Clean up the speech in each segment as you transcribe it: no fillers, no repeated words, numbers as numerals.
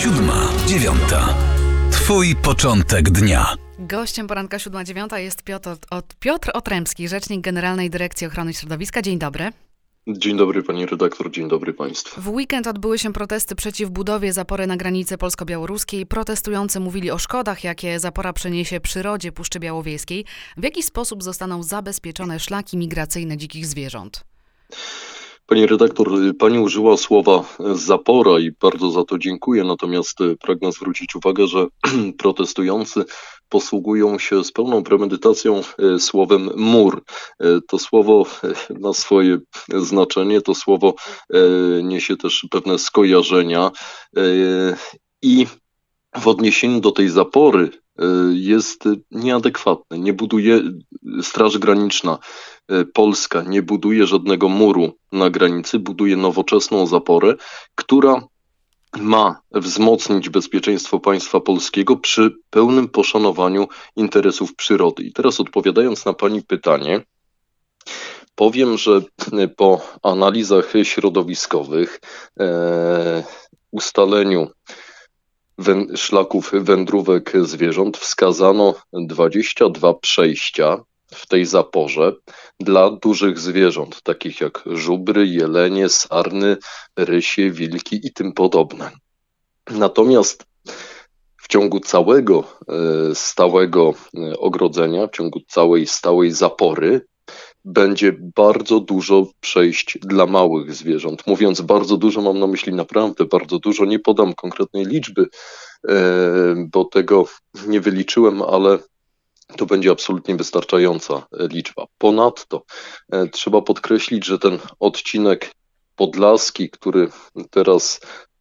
7:09. Twój początek dnia. Gościem poranka 7:09 jest Piotr Otrębski, rzecznik Generalnej Dyrekcji Ochrony Środowiska. Dzień dobry. Dzień dobry pani redaktor, dzień dobry państwu. W weekend odbyły się protesty przeciw budowie zapory na granicy polsko-białoruskiej. Protestujący mówili o szkodach, jakie zapora przyniesie przyrodzie Puszczy Białowieskiej. W jaki sposób zostaną zabezpieczone szlaki migracyjne dzikich zwierząt? Pani redaktor, pani użyła słowa zapora i bardzo za to dziękuję, natomiast pragnę zwrócić uwagę, że protestujący posługują się z pełną premedytacją słowem mur. To słowo ma swoje znaczenie, to słowo niesie też pewne skojarzenia i w odniesieniu do tej zapory jest nieadekwatny. Nie buduje Straż Graniczna Polska, nie buduje żadnego muru na granicy, buduje nowoczesną zaporę, która ma wzmocnić bezpieczeństwo państwa polskiego przy pełnym poszanowaniu interesów przyrody. I teraz odpowiadając na pani pytanie, powiem, że po analizach środowiskowych, ustaleniu szlaków wędrówek zwierząt wskazano 22 przejścia w tej zaporze dla dużych zwierząt, takich jak żubry, jelenie, sarny, rysie, wilki i tym podobne. Natomiast w ciągu całego stałego ogrodzenia, w ciągu całej stałej zapory będzie bardzo dużo przejść dla małych zwierząt. Mówiąc bardzo dużo, mam na myśli naprawdę bardzo dużo. Nie podam konkretnej liczby, bo tego nie wyliczyłem, ale to będzie absolutnie wystarczająca liczba. Ponadto trzeba podkreślić, że ten odcinek podlaski, który teraz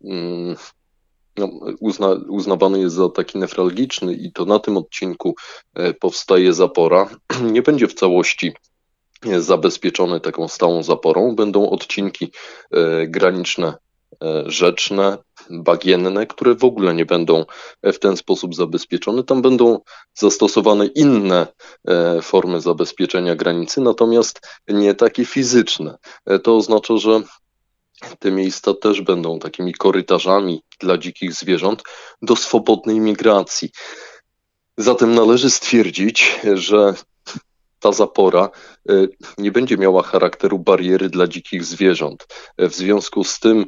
uznawany jest za taki newralgiczny i to na tym odcinku powstaje zapora, nie będzie w całości zabezpieczony taką stałą zaporą. Będą odcinki graniczne, rzeczne, bagienne, które w ogóle nie będą w ten sposób zabezpieczone. Tam będą zastosowane inne formy zabezpieczenia granicy, natomiast nie takie fizyczne. To oznacza, że te miejsca też będą takimi korytarzami dla dzikich zwierząt do swobodnej migracji. Zatem należy stwierdzić, że ta zapora nie będzie miała charakteru bariery dla dzikich zwierząt. W związku z tym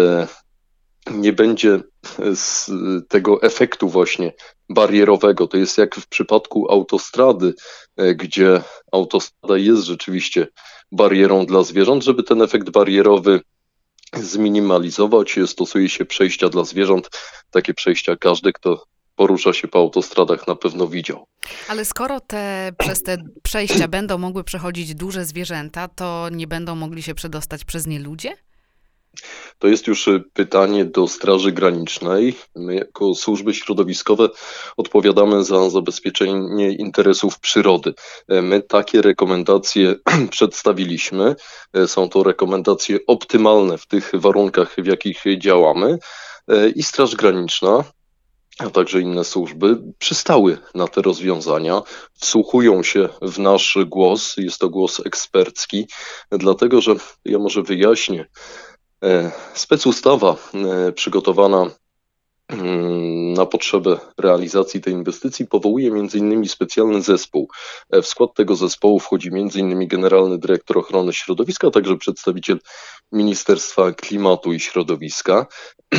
nie będzie z tego efektu właśnie barierowego. To jest jak w przypadku autostrady, gdzie autostrada jest rzeczywiście barierą dla zwierząt. Żeby ten efekt barierowy zminimalizować, stosuje się przejścia dla zwierząt. Takie przejścia każdy, kto porusza się po autostradach, na pewno widział. Ale skoro przez te przejścia będą mogły przechodzić duże zwierzęta, to nie będą mogli się przedostać przez nie ludzie? To jest już pytanie do Straży Granicznej. My jako służby środowiskowe odpowiadamy za zabezpieczenie interesów przyrody. My takie rekomendacje przedstawiliśmy. Są to rekomendacje optymalne w tych warunkach, w jakich działamy. I Straż Graniczna, a także inne służby przystały na te rozwiązania, wsłuchują się w nasz głos, jest to głos ekspercki, dlatego że, ja może wyjaśnię, specustawa przygotowana na potrzebę realizacji tej inwestycji powołuje m.in. specjalny zespół. W skład tego zespołu wchodzi m.in. Generalny Dyrektor Ochrony Środowiska, a także przedstawiciel Ministerstwa Klimatu i Środowiska.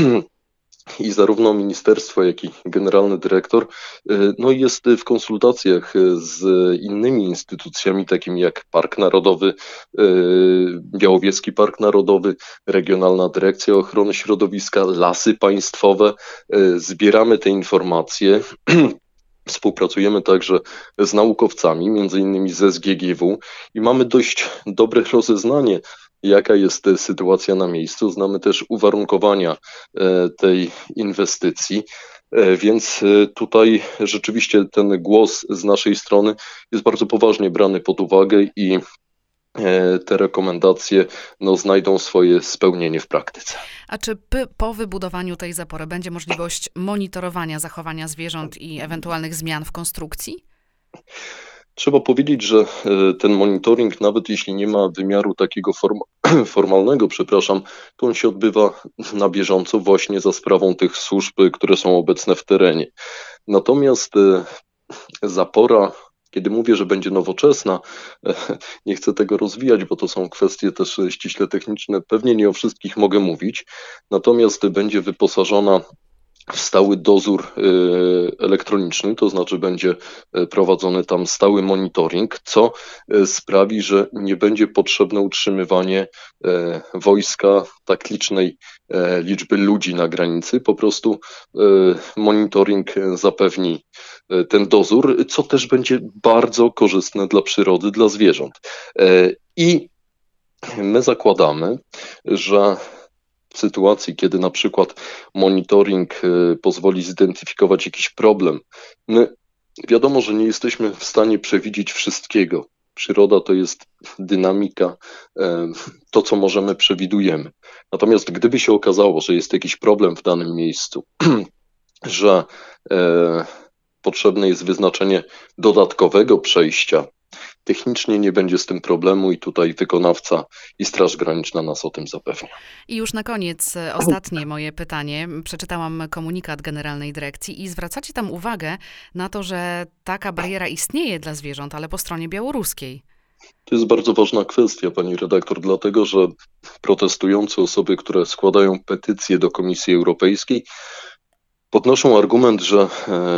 I zarówno ministerstwo, jak i generalny dyrektor jest w konsultacjach z innymi instytucjami, takimi jak Park Narodowy, Białowieski Park Narodowy, Regionalna Dyrekcja Ochrony Środowiska, Lasy Państwowe. Zbieramy te informacje. Współpracujemy także z naukowcami, między innymi ze SGGW, i mamy dość dobre rozeznanie, jaka jest sytuacja na miejscu. Znamy też uwarunkowania tej inwestycji, więc tutaj rzeczywiście ten głos z naszej strony jest bardzo poważnie brany pod uwagę i te rekomendacje znajdą swoje spełnienie w praktyce. A czy po wybudowaniu tej zapory będzie możliwość monitorowania zachowania zwierząt i ewentualnych zmian w konstrukcji? Trzeba powiedzieć, że ten monitoring, nawet jeśli nie ma wymiaru takiego formalnego, to on się odbywa na bieżąco właśnie za sprawą tych służb, które są obecne w terenie. Natomiast zapora, kiedy mówię, że będzie nowoczesna, nie chcę tego rozwijać, bo to są kwestie też ściśle techniczne, pewnie nie o wszystkich mogę mówić, natomiast będzie wyposażona w stały dozór elektroniczny, to znaczy będzie prowadzony tam stały monitoring, co sprawi, że nie będzie potrzebne utrzymywanie wojska tak licznej liczby ludzi na granicy, po prostu monitoring zapewni ten dozór, co też będzie bardzo korzystne dla przyrody, dla zwierząt. I my zakładamy, że w sytuacji, kiedy na przykład monitoring pozwoli zidentyfikować jakiś problem, my wiadomo, że nie jesteśmy w stanie przewidzieć wszystkiego. Przyroda to jest dynamika, to co możemy przewidujemy. Natomiast gdyby się okazało, że jest jakiś problem w danym miejscu, że potrzebne jest wyznaczenie dodatkowego przejścia, technicznie nie będzie z tym problemu i tutaj wykonawca i Straż Graniczna nas o tym zapewnia. I już na koniec ostatnie moje pytanie. Przeczytałam komunikat Generalnej Dyrekcji i zwracacie tam uwagę na to, że taka bariera istnieje dla zwierząt, ale po stronie białoruskiej. To jest bardzo ważna kwestia, pani redaktor, dlatego że protestujące osoby, które składają petycje do Komisji Europejskiej, podnoszą argument, że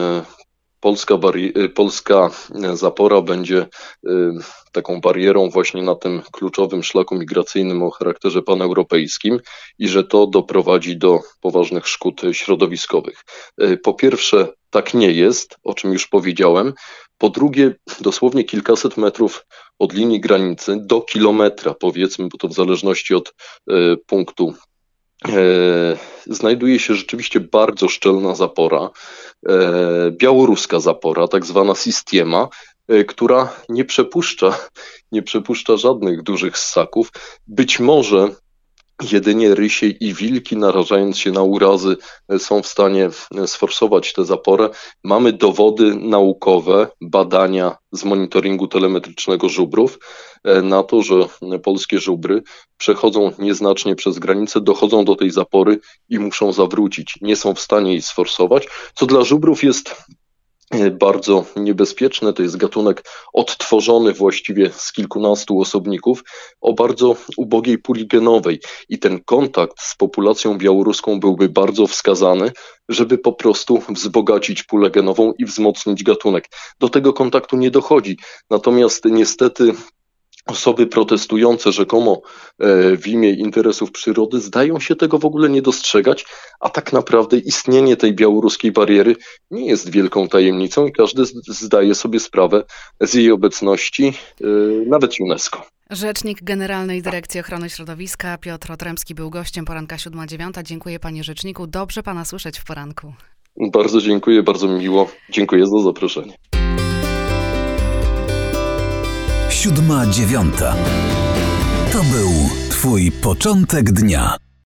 polska zapora będzie taką barierą właśnie na tym kluczowym szlaku migracyjnym o charakterze paneuropejskim i że to doprowadzi do poważnych szkód środowiskowych. Po pierwsze, tak nie jest, o czym już powiedziałem. Po drugie, dosłownie kilkaset metrów od linii granicy do kilometra, powiedzmy, bo to w zależności od punktu, znajduje się rzeczywiście bardzo szczelna zapora, białoruska zapora, tak zwana Sistiema, która nie przepuszcza żadnych dużych ssaków. Być może jedynie rysie i wilki, narażając się na urazy, są w stanie sforsować tę zaporę. Mamy dowody naukowe, badania z monitoringu telemetrycznego żubrów na to, że polskie żubry przechodzą nieznacznie przez granicę, dochodzą do tej zapory i muszą zawrócić. Nie są w stanie jej sforsować, co dla żubrów jest bardzo niebezpieczne. To jest gatunek odtworzony właściwie z kilkunastu osobników o bardzo ubogiej puli genowej i ten kontakt z populacją białoruską byłby bardzo wskazany, żeby po prostu wzbogacić pulę genową i wzmocnić gatunek. Do tego kontaktu nie dochodzi. Natomiast niestety osoby protestujące rzekomo w imię interesów przyrody zdają się tego w ogóle nie dostrzegać, a tak naprawdę istnienie tej białoruskiej bariery nie jest wielką tajemnicą i każdy zdaje sobie sprawę z jej obecności, nawet UNESCO. Rzecznik Generalnej Dyrekcji Ochrony Środowiska Piotr Otremski był gościem poranka 7:09. Dziękuję, panie rzeczniku. Dobrze pana słyszeć w poranku. Bardzo dziękuję, bardzo mi miło. Dziękuję za zaproszenie. 7:09. To był twój początek dnia.